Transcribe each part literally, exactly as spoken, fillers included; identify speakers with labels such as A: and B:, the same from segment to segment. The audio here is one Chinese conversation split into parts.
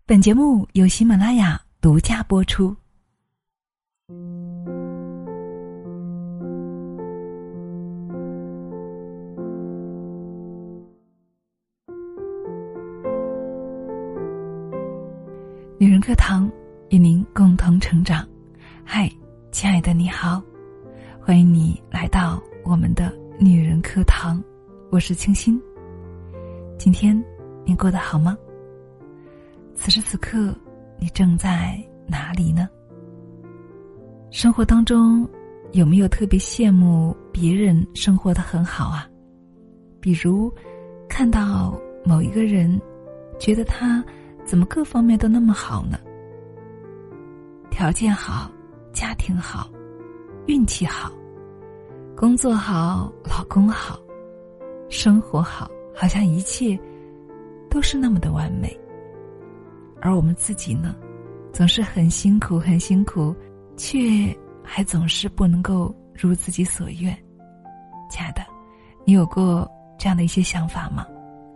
A: 本节目由喜马拉雅独家播出。女人课堂与您共同成长。嗨，亲爱的你好，欢迎你来到我们的女人课堂，我是清新。今天你过得好吗？此时此刻你正在哪里呢？生活当中有没有特别羡慕别人生活得很好啊？比如看到某一个人，觉得他怎么各方面都那么好呢？条件好，家庭好，运气好，工作好，老公好，生活好，好像一切都是那么的完美。而我们自己呢，总是很辛苦很辛苦，却还总是不能够如自己所愿。亲爱的，你有过这样的一些想法吗？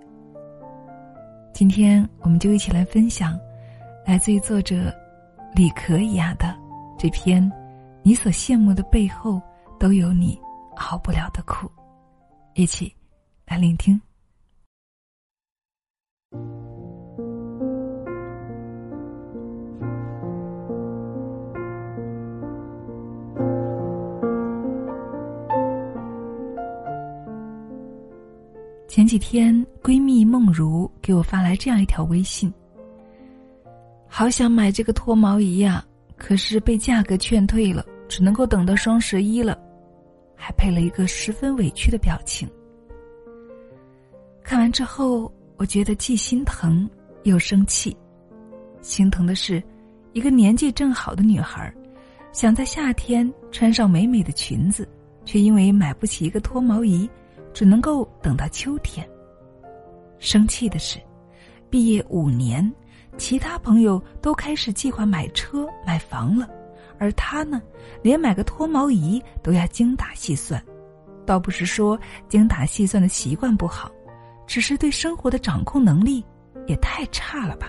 A: 今天我们就一起来分享来自于作者李可雅的这篇你所羡慕的背后都有你熬不了的苦，一起来聆听。前几天闺蜜梦如给我发来这样一条微信：好想买这个脱毛仪呀，可是被价格劝退了，只能够等到双十一了，还配了一个十分委屈的表情。看完之后，我觉得既心疼又生气。心疼的是，一个年纪正好的女孩，想在夏天穿上美美的裙子，却因为买不起一个脱毛仪，只能够等到秋天。生气的是，毕业五年，其他朋友都开始计划买车买房了，而他呢，连买个脱毛仪都要精打细算。倒不是说精打细算的习惯不好，只是对生活的掌控能力也太差了吧。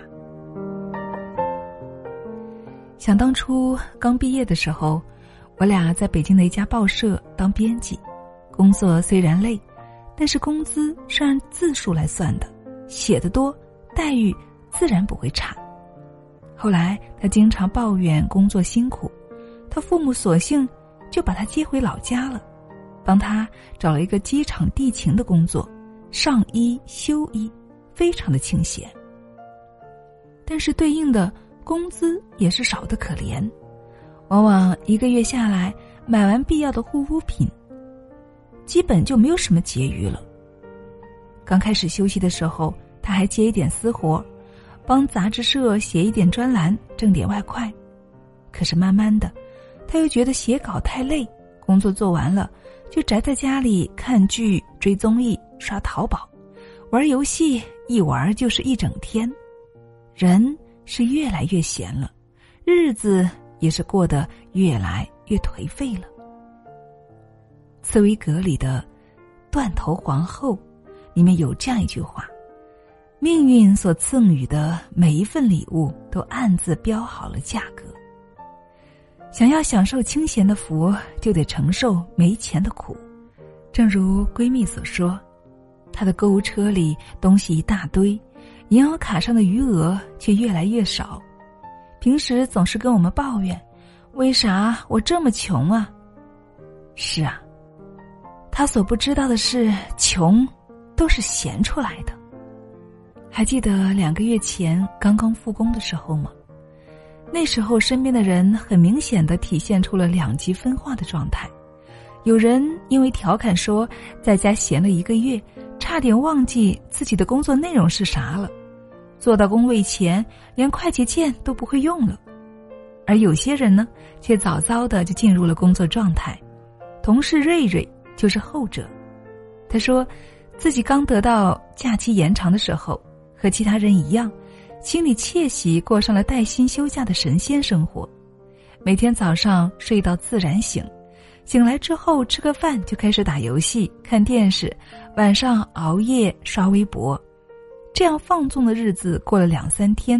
A: 想当初刚毕业的时候，我俩在北京的一家报社当编辑，工作虽然累，但是工资是按字数来算的，写得多，待遇自然不会差。后来他经常抱怨工作辛苦，他父母索性就把他接回老家了，帮他找了一个机场地勤的工作，上衣修衣，非常的清闲。但是对应的工资也是少得可怜，往往一个月下来，买完必要的护肤品，基本就没有什么结余了。刚开始休息的时候，他还接一点私活，帮杂志社写一点专栏，挣点外快。可是慢慢的，他又觉得写稿太累，工作做完了就宅在家里看剧、追综艺、刷淘宝、玩游戏，一玩就是一整天。人是越来越闲了，日子也是过得越来越颓废了。茨威格里的《断头皇后》里面有这样一句话：命运所赠予的每一份礼物都暗自标好了价格。想要享受清闲的福，就得承受没钱的苦。正如闺蜜所说，她的购物车里东西一大堆，银行卡上的余额却越来越少。平时总是跟我们抱怨，为啥我这么穷啊？是啊，她所不知道的是，穷都是闲出来的。还记得两个月前刚刚复工的时候吗？那时候身边的人很明显地体现出了两极分化的状态。有人因为调侃说在家闲了一个月，差点忘记自己的工作内容是啥了，坐到工位前连快捷键都不会用了。而有些人呢，却早早的就进入了工作状态。同事瑞瑞就是后者。他说自己刚得到假期延长的时候，和其他人一样，心里窃喜过上了带薪休假的神仙生活。每天早上睡到自然醒，醒来之后吃个饭就开始打游戏、看电视，晚上熬夜刷微博。这样放纵的日子过了两三天，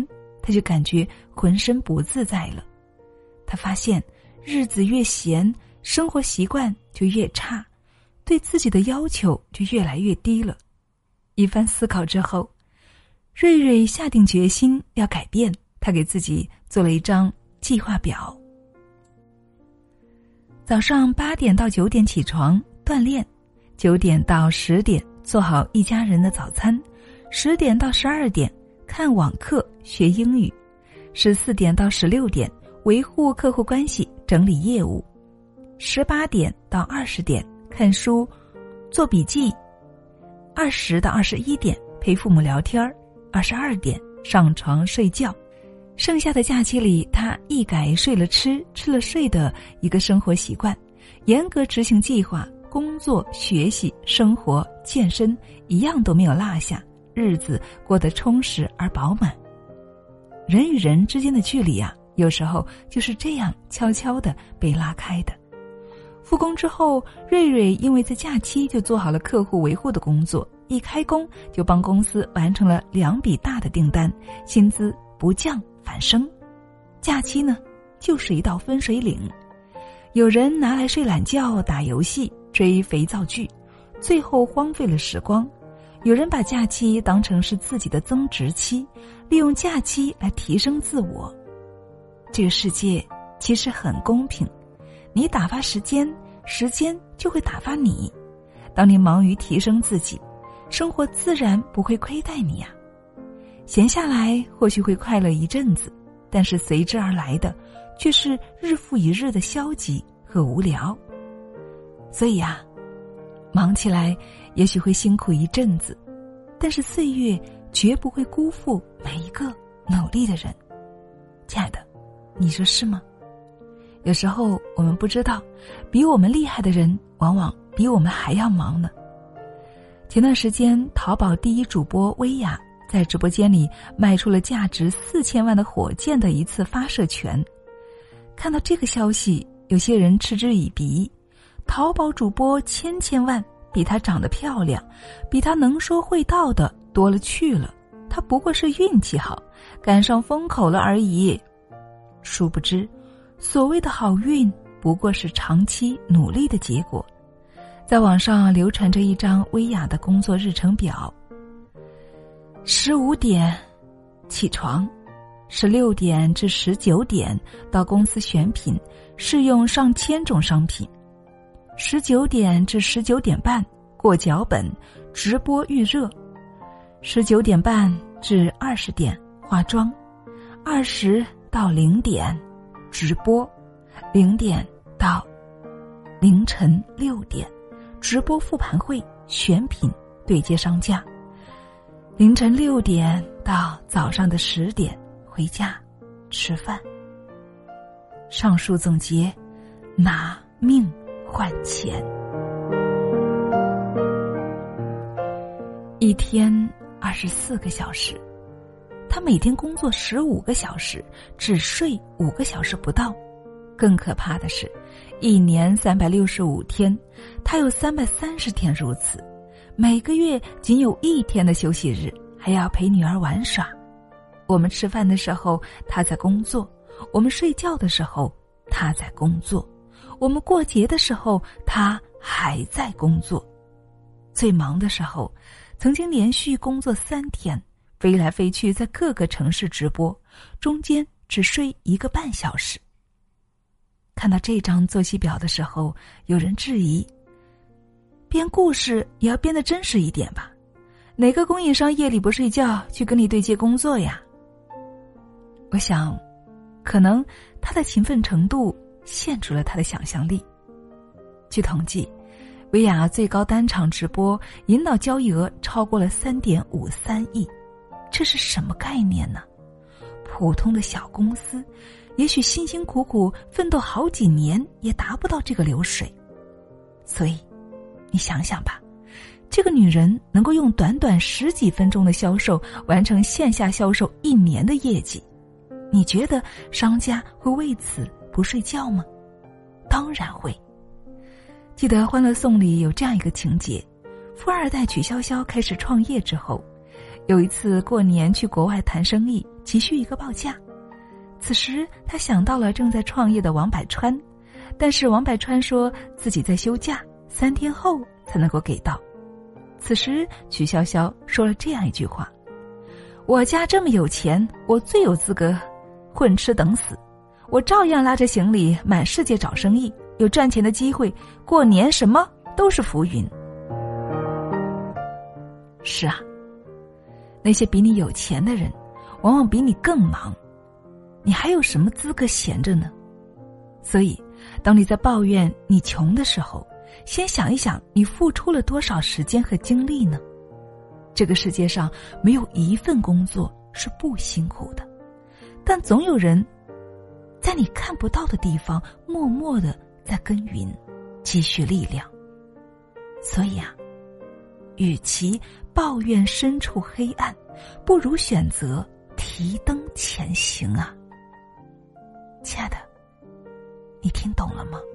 A: 他就感觉浑身不自在了。他发现日子越闲，生活习惯就越差，对自己的要求就越来越低了。一番思考之后，瑞瑞下定决心要改变，他给自己做了一张计划表。早上八点到九点起床锻炼，九点到十点做好一家人的早餐，十点到十二点看网课学英语，十四点到十六点维护客户关系整理业务，十八点到二十点看书做笔记，二十到二十一点陪父母聊天，二十二点上床睡觉。剩下的假期里，他一改睡了吃，吃了睡的一个生活习惯，严格执行计划，工作、学习、生活、健身一样都没有落下，日子过得充实而饱满。人与人之间的距离啊，有时候就是这样悄悄地被拉开的。复工之后，瑞瑞因为在假期就做好了客户维护的工作，一开工就帮公司完成了两笔大的订单，薪资不降反升。假期呢，就是一道分水岭。有人拿来睡懒觉、打游戏、追肥皂剧，最后荒废了时光；有人把假期当成是自己的增值期，利用假期来提升自我。这个世界其实很公平，你打发时间，时间就会打发你。当你忙于提升自己，生活自然不会亏待你呀、啊。闲下来或许会快乐一阵子，但是随之而来的却是日复一日的消极和无聊。所以啊，忙起来也许会辛苦一阵子，但是岁月绝不会辜负每一个努力的人。亲爱的，你说是吗？有时候我们不知道，比我们厉害的人往往比我们还要忙呢。前段时间，淘宝第一主播薇娅在直播间里卖出了价值四千万的火箭的一次发射权。看到这个消息，有些人嗤之以鼻，淘宝主播千千万，比她长得漂亮，比她能说会道的多了去了，她不过是运气好，赶上风口了而已。殊不知，所谓的好运不过是长期努力的结果。在网上流传着一张薇娅的工作日程表：十五点起床，十六点至十九点到公司选品，试用上千种商品；十九点至十九点半过脚本，直播预热；十九点半至二十点化妆；二十到零点直播；零点到凌晨六点直播复盘会，选品对接商家；凌晨六点到早上的十点回家吃饭。上述总结，拿命换钱。一天二十四个小时，他每天工作十五个小时，只睡五个小时不到。更可怕的是，一年三百六十五天，他有三百三十天如此，每个月仅有一天的休息日，还要陪女儿玩耍。我们吃饭的时候他在工作，我们睡觉的时候他在工作，我们过节的时候他还在工作。最忙的时候，曾经连续工作三天，飞来飞去在各个城市直播，中间只睡一个半小时。看到这张作息表的时候，有人质疑，编故事也要编得真实一点吧，哪个供应商夜里不睡觉去跟你对接工作呀？我想，可能他的勤奋程度限制了他的想象力。据统计，薇娅最高单场直播引导交易额超过了 三点五三亿，这是什么概念呢？普通的小公司也许辛辛苦苦奋斗好几年也达不到这个流水。所以你想想吧，这个女人能够用短短十几分钟的销售完成线下销售一年的业绩，你觉得商家会为此不睡觉吗？当然会。记得《欢乐颂》里有这样一个情节，富二代曲筱绡开始创业之后， 有一次过年去国外谈生意，急需一个报价。此时他想到了正在创业的王百川，但是王百川说自己在休假，三天后才能够给到。此时曲筱绡说了这样一句话：我家这么有钱，我最有资格混吃等死，我照样拉着行李满世界找生意，有赚钱的机会，过年什么都是浮云。是啊，那些比你有钱的人往往比你更忙，你还有什么资格闲着呢？所以当你在抱怨你穷的时候，先想一想你付出了多少时间和精力呢？这个世界上没有一份工作是不辛苦的，但总有人在你看不到的地方默默地在耕耘，积蓄力量。所以啊，与其抱怨身处黑暗，不如选择提灯前行啊。亲爱的，你听懂了吗？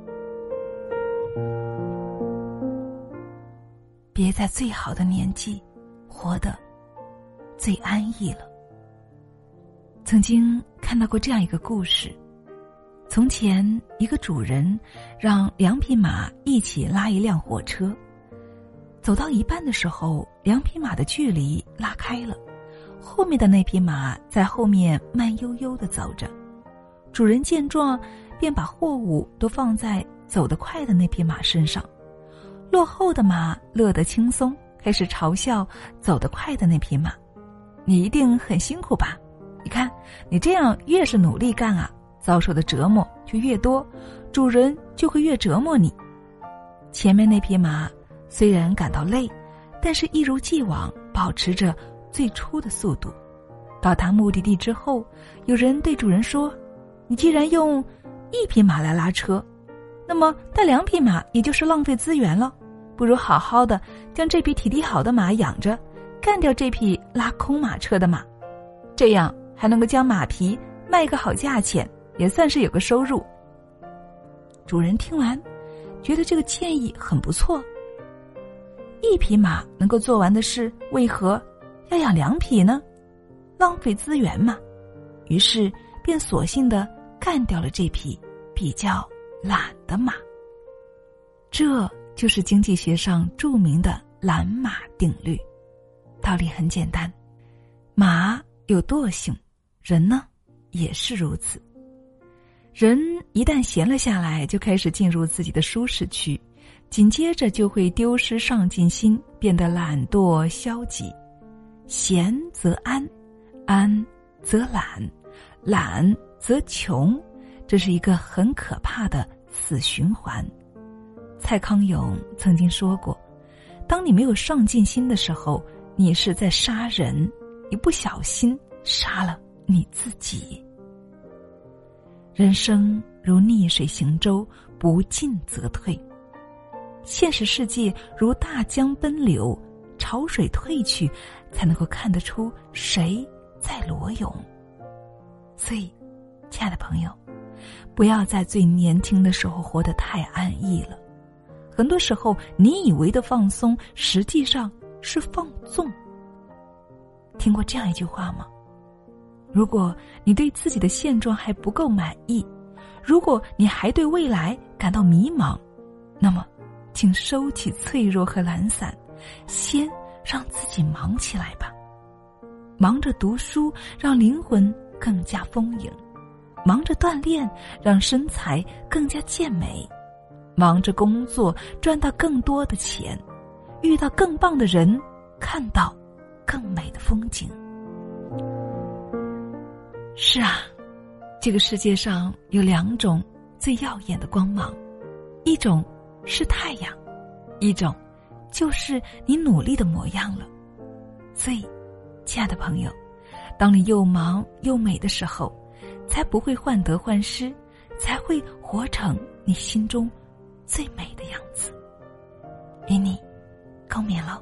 A: 别在最好的年纪活得最安逸了。曾经看到过这样一个故事，从前一个主人让两匹马一起拉一辆火车，走到一半的时候，两匹马的距离拉开了，后面的那匹马在后面慢悠悠地走着。主人见状，便把货物都放在走得快的那匹马身上，落后的马乐得轻松，开始嘲笑走得快的那匹马：你一定很辛苦吧？你看你这样越是努力干啊，遭受的折磨就越多，主人就会越折磨你。前面那匹马虽然感到累，但是一如既往保持着最初的速度。到达目的地之后，有人对主人说：你既然用一匹马来拉车，那么带两匹马也就是浪费资源了，不如好好的将这匹体力好的马养着，干掉这匹拉空马车的马，这样还能够将马皮卖个好价钱，也算是有个收入。主人听完觉得这个建议很不错，一匹马能够做完的事，为何要养两匹呢？浪费资源嘛。于是便索性地干掉了这匹比较懒的马。这就是经济学上著名的懒马定律。道理很简单，马有惰性，人呢也是如此。人一旦闲了下来，就开始进入自己的舒适区，紧接着就会丢失上进心，变得懒惰消极。闲则安，安则懒，懒则穷，这是一个很可怕的死循环。蔡康永曾经说过，当你没有上进心的时候，你是在杀人，一不小心杀了你自己。人生如逆水行舟，不进则退。现实世界如大江奔流，潮水退去，才能够看得出谁在裸泳。所以，亲爱的朋友，不要在最年轻的时候活得太安逸了。很多时候，你以为的放松，实际上是放纵。听过这样一句话吗？如果你对自己的现状还不够满意，如果你还对未来感到迷茫，那么请收起脆弱和懒散，先让自己忙起来吧。忙着读书，让灵魂更加丰盈；忙着锻炼，让身材更加健美；忙着工作，赚到更多的钱；遇到更棒的人，看到更美的风景。是啊，这个世界上有两种最耀眼的光芒，一种是太阳，一种就是你努力的模样了。所以，亲爱的朋友，当你又忙又美的时候，才不会患得患失，才会活成你心中最美的样子。与你共勉喽。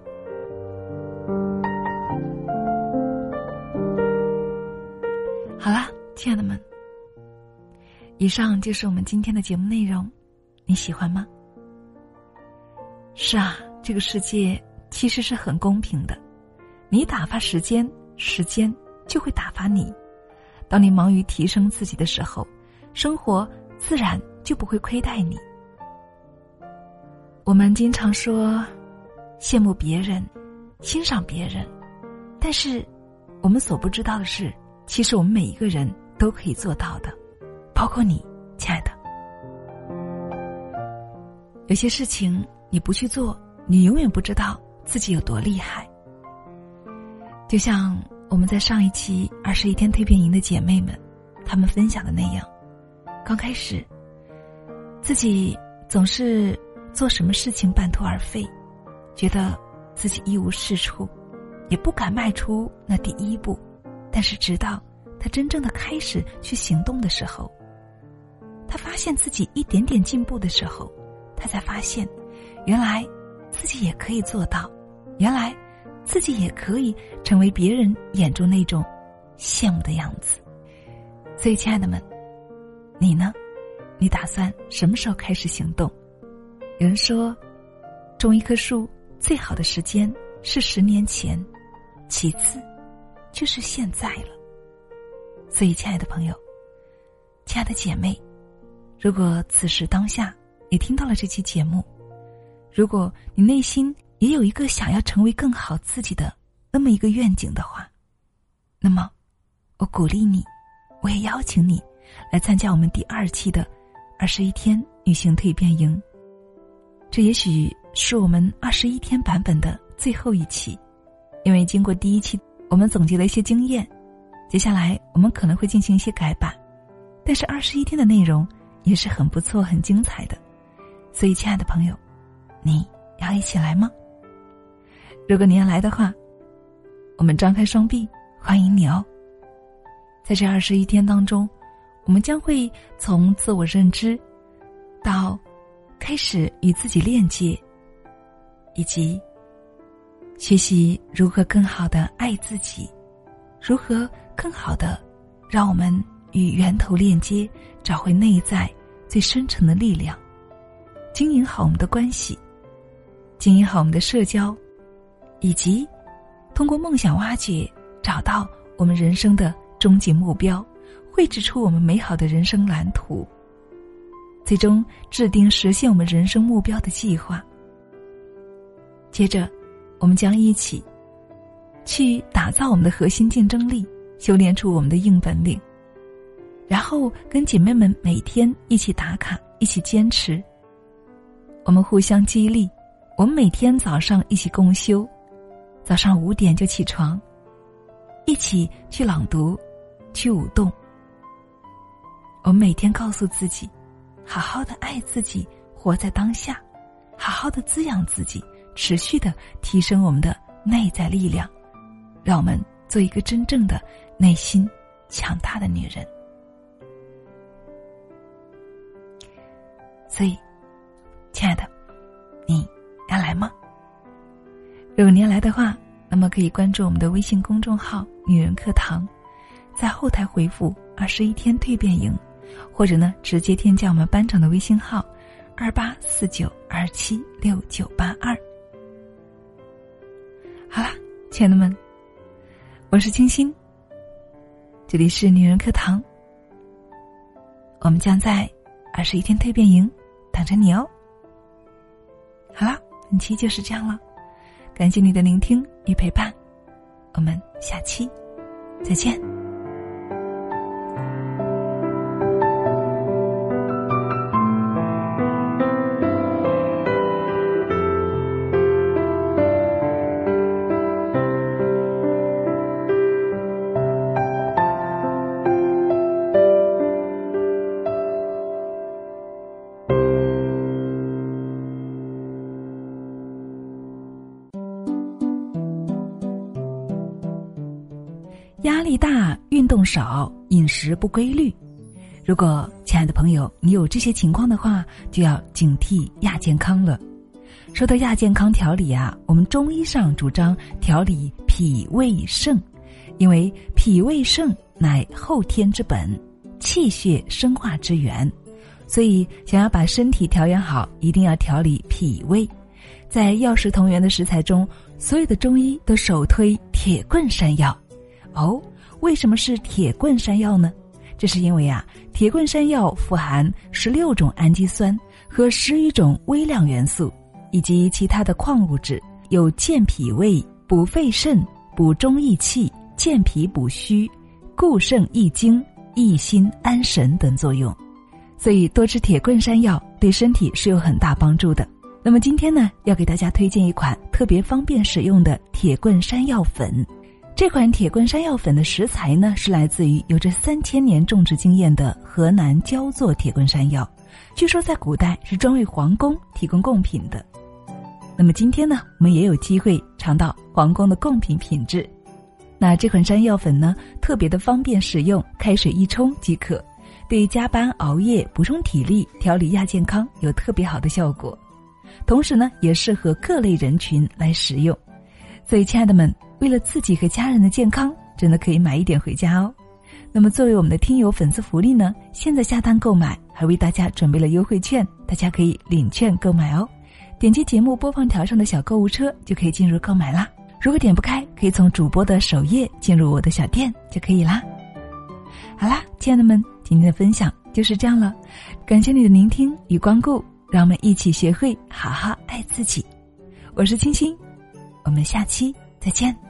A: 好啦，亲爱的们，以上就是我们今天的节目内容，你喜欢吗？是啊，这个世界其实是很公平的， 你打发时间，时间就会打发你。当你忙于提升自己的时候，生活自然就不会亏待你。我们经常说羡慕别人，欣赏别人，但是我们所不知道的是，其实我们每一个人都可以做到的，包括你，亲爱的。有些事情你不去做，你永远不知道自己有多厉害。就像我们在上一期二十一天蜕变营的姐妹们她们分享的那样，刚开始自己总是做什么事情半途而废，觉得自己一无是处，也不敢迈出那第一步。但是直到他真正的开始去行动的时候，他发现自己一点点进步的时候，他才发现原来自己也可以做到，原来自己也可以成为别人眼中那种羡慕的样子。所以亲爱的们，你呢？你打算什么时候开始行动？有人说，种一棵树最好的时间是十年前，其次就是现在了。所以亲爱的朋友，亲爱的姐妹，如果此时当下你听到了这期节目，如果你内心也有一个想要成为更好自己的那么一个愿景的话，那么我鼓励你，我也邀请你来参加我们第二期的二十一天女性蜕变营。这也许是我们二十一天版本的最后一期，因为经过第一期我们总结了一些经验，接下来我们可能会进行一些改版，但是二十一天的内容也是很不错很精彩的。所以亲爱的朋友，你要一起来吗？如果你要来的话，我们张开双臂欢迎你哦。在这二十一天当中，我们将会从自我认知到开始与自己链接，以及学习如何更好地爱自己，如何更好地让我们与源头链接，找回内在最深层的力量，经营好我们的关系，经营好我们的社交，以及通过梦想挖掘找到我们人生的终极目标，绘制出我们美好的人生蓝图，最终制定实现我们人生目标的计划。接着我们将一起去打造我们的核心竞争力，修炼出我们的硬本领，然后跟姐妹们每天一起打卡，一起坚持，我们互相激励。我们每天早上一起共修，早上五点就起床，一起去朗读，去舞动。我们每天告诉自己，好好的爱自己，活在当下，好好的滋养自己，持续的提升我们的内在力量，让我们做一个真正的内心强大的女人。所以亲爱的，你要来吗？如果你要来的话，那么可以关注我们的微信公众号女人课堂，在后台回复二十一天蜕变营，或者呢直接添加我们班长的微信号二八四九二七六九八二。好啦，亲爱的们，我是清新，这里是女人课堂，我们将在二十一天蜕变营等着你哦。好啦，本期就是这样了，感谢你的聆听与陪伴，我们下期再见。压力大，运动少，饮食不规律。如果亲爱的朋友你有这些情况的话，就要警惕亚健康了。说到亚健康调理啊，我们中医上主张调理脾胃肾，因为脾胃肾乃后天之本，气血生化之源，所以想要把身体调养好，一定要调理脾胃。在药食同源的食材中， 所有的中医都首推铁棍山药。哦，为什么是铁棍山药呢？这是因为啊，铁棍山药富含十六种氨基酸和十余种微量元素，以及其他的矿物质，有健脾胃、补肺肾、补中益气、健脾补虚、固肾益精、益心安神等作用。所以多吃铁棍山药对身体是有很大帮助的。那么今天呢，要给大家推荐一款特别方便使用的铁棍山药粉。这款铁棍山药粉的食材呢，是来自于有着三千年种植经验的河南焦作铁棍山药，据说在古代是专为皇宫提供贡品的。那么今天呢，我们也有机会尝到皇宫的贡品品质。那这款山药粉呢，特别的方便使用，开水一冲即可，对加班熬夜、补充体力、调理亚健康有特别好的效果。同时呢，也适合各类人群来食用。所以亲爱的们，为了自己和家人的健康，真的可以买一点回家哦。那么作为我们的听友粉丝福利呢，现在下单购买还为大家准备了优惠券，大家可以领券购买哦。点击节目播放条上的小购物车就可以进入购买啦。如果点不开，可以从主播的首页进入我的小店就可以啦。好啦，亲爱的们，今天的分享就是这样了，感谢你的聆听与光顾，让我们一起学会好好爱自己。我是清新，我们下期再见。